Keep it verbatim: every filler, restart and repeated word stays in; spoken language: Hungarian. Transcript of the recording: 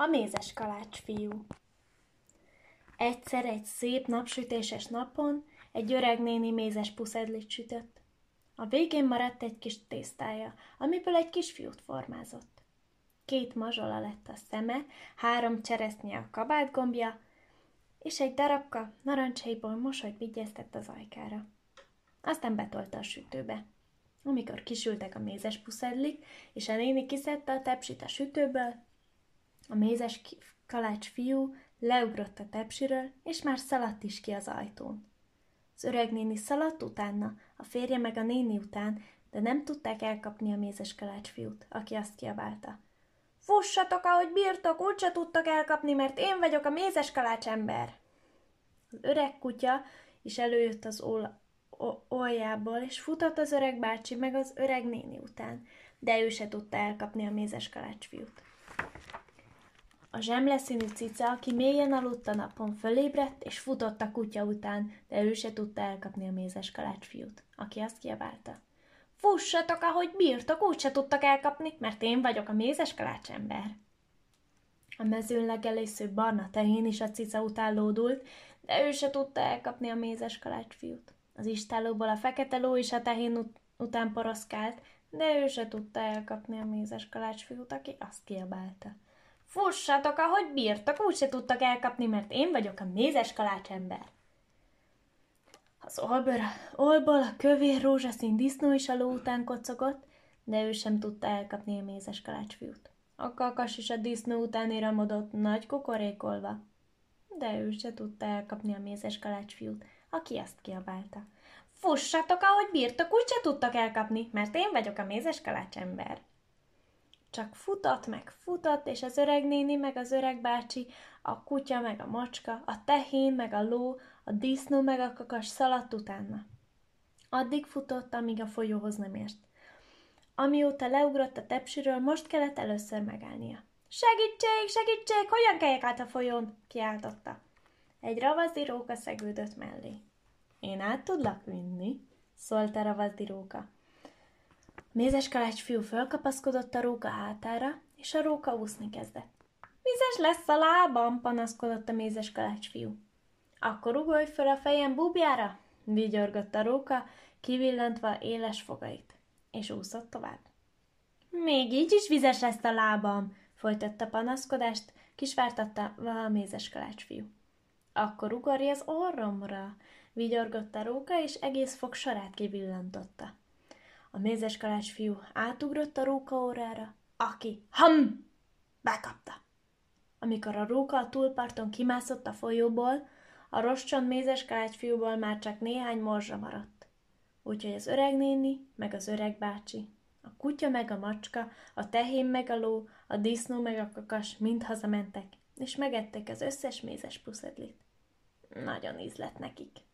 A mézes kalács fiú. Egyszer egy szép napsütéses napon egy öreg néni mézes puszedlit sütött. A végén maradt egy kis tésztája, amiből egy kisfiút formázott. Két mazsola lett a szeme, három cseresznye a kabátgombja, és egy darabka narancsaiból mosolyt vigyeztett az ajkára. Aztán betolta a sütőbe. Amikor kisültek a mézes puszedlik, és a néni kiszedte a tepsit a sütőből, a mézes kalács fiú leugrott a tepsiről, és már szaladt is ki az ajtón. Az öreg néni szaladt utána, a férje meg a néni után, de nem tudták elkapni a mézes kalács fiút, aki azt kiabálta: "Fussatok, ahogy bírtok, úgyse tudtok elkapni, mert én vagyok a mézes kalács ember!" Az öreg kutya is előjött az oljából, és futott az öreg bácsi meg az öreg néni után, de ő se tudta elkapni a mézes kalács fiút. A zsemleszínű cica, aki mélyen aludt a napon, fölébredt, és futott a kutya után, de ő se tudta elkapni a mézes kalács fiút, aki azt kiabálta: "Fussatok, ahogy bírtok, úgyse tudtak elkapni, mert én vagyok a mézes kalács ember!" A mezőn legelőször barna tehén is a cica után lódult, de ő se tudta elkapni a mézes kalács fiút. Az istállóból a fekete ló is a tehén ut- után poroszkált, de ő se tudta elkapni a mézes kalács fiút, aki azt kiabálta: "Fussatok, ahogy bírtak, úgyse tudtak elkapni, mert én vagyok a mézes kalács ember!" Az olból a kövér rózsaszín disznó is a ló után kocogott, de ő sem tudta elkapni a mézes kalács fiút. A kakas is a disznó után iramodott, nagy kukorékolva, de ő se tudta elkapni a mézes kalács fiút, aki azt kiabálta: "Fussatok, ahogy bírtok, úgyse tudtak elkapni, mert én vagyok a mézes kalács ember!" Csak futott meg futott, és az öreg néni meg az öreg bácsi, a kutya meg a macska, a tehén meg a ló, a disznó meg a kakas szaladt utána. Addig futott, amíg a folyóhoz nem ért. Amióta leugrott a tepsiről, most kellett először megállnia. "Segítség, segítség, hogyan kelljek át a folyón?" kiáltotta. Egy ravaszdi róka szegődött mellé. "Én át tudlak vinni?" szólt a ravaszdi róka. A mézes kalács fiú fölkapaszkodott a róka hátára, és a róka úszni kezdett. "Vizes lesz a lábam!" panaszkodott a mézes kalács fiú. "Akkor ugorj föl a fejem búbjára!" vigyorgott a róka, kivillantva éles fogait, és úszott tovább. "Még így is vizes lesz a lábam!" folytatta panaszkodást, kisvártatta a mézes kalács fiú. "Akkor ugorj az orromra!" vigyorgott a róka, és egész fog sorát kivillantotta. A mézes kalács fiú átugrott a róka orrára, aki ham! Bekapta. Amikor a róka a túlparton kimászott a folyóból, a rostson mézes kalács fiúból már csak néhány morzsa maradt. Úgyhogy az öreg néni, meg az öreg bácsi, a kutya meg a macska, a tehén meg a ló, a disznó meg a kakas mind hazamentek, és megették az összes mézes puszedlit. Nagyon íz lett nekik.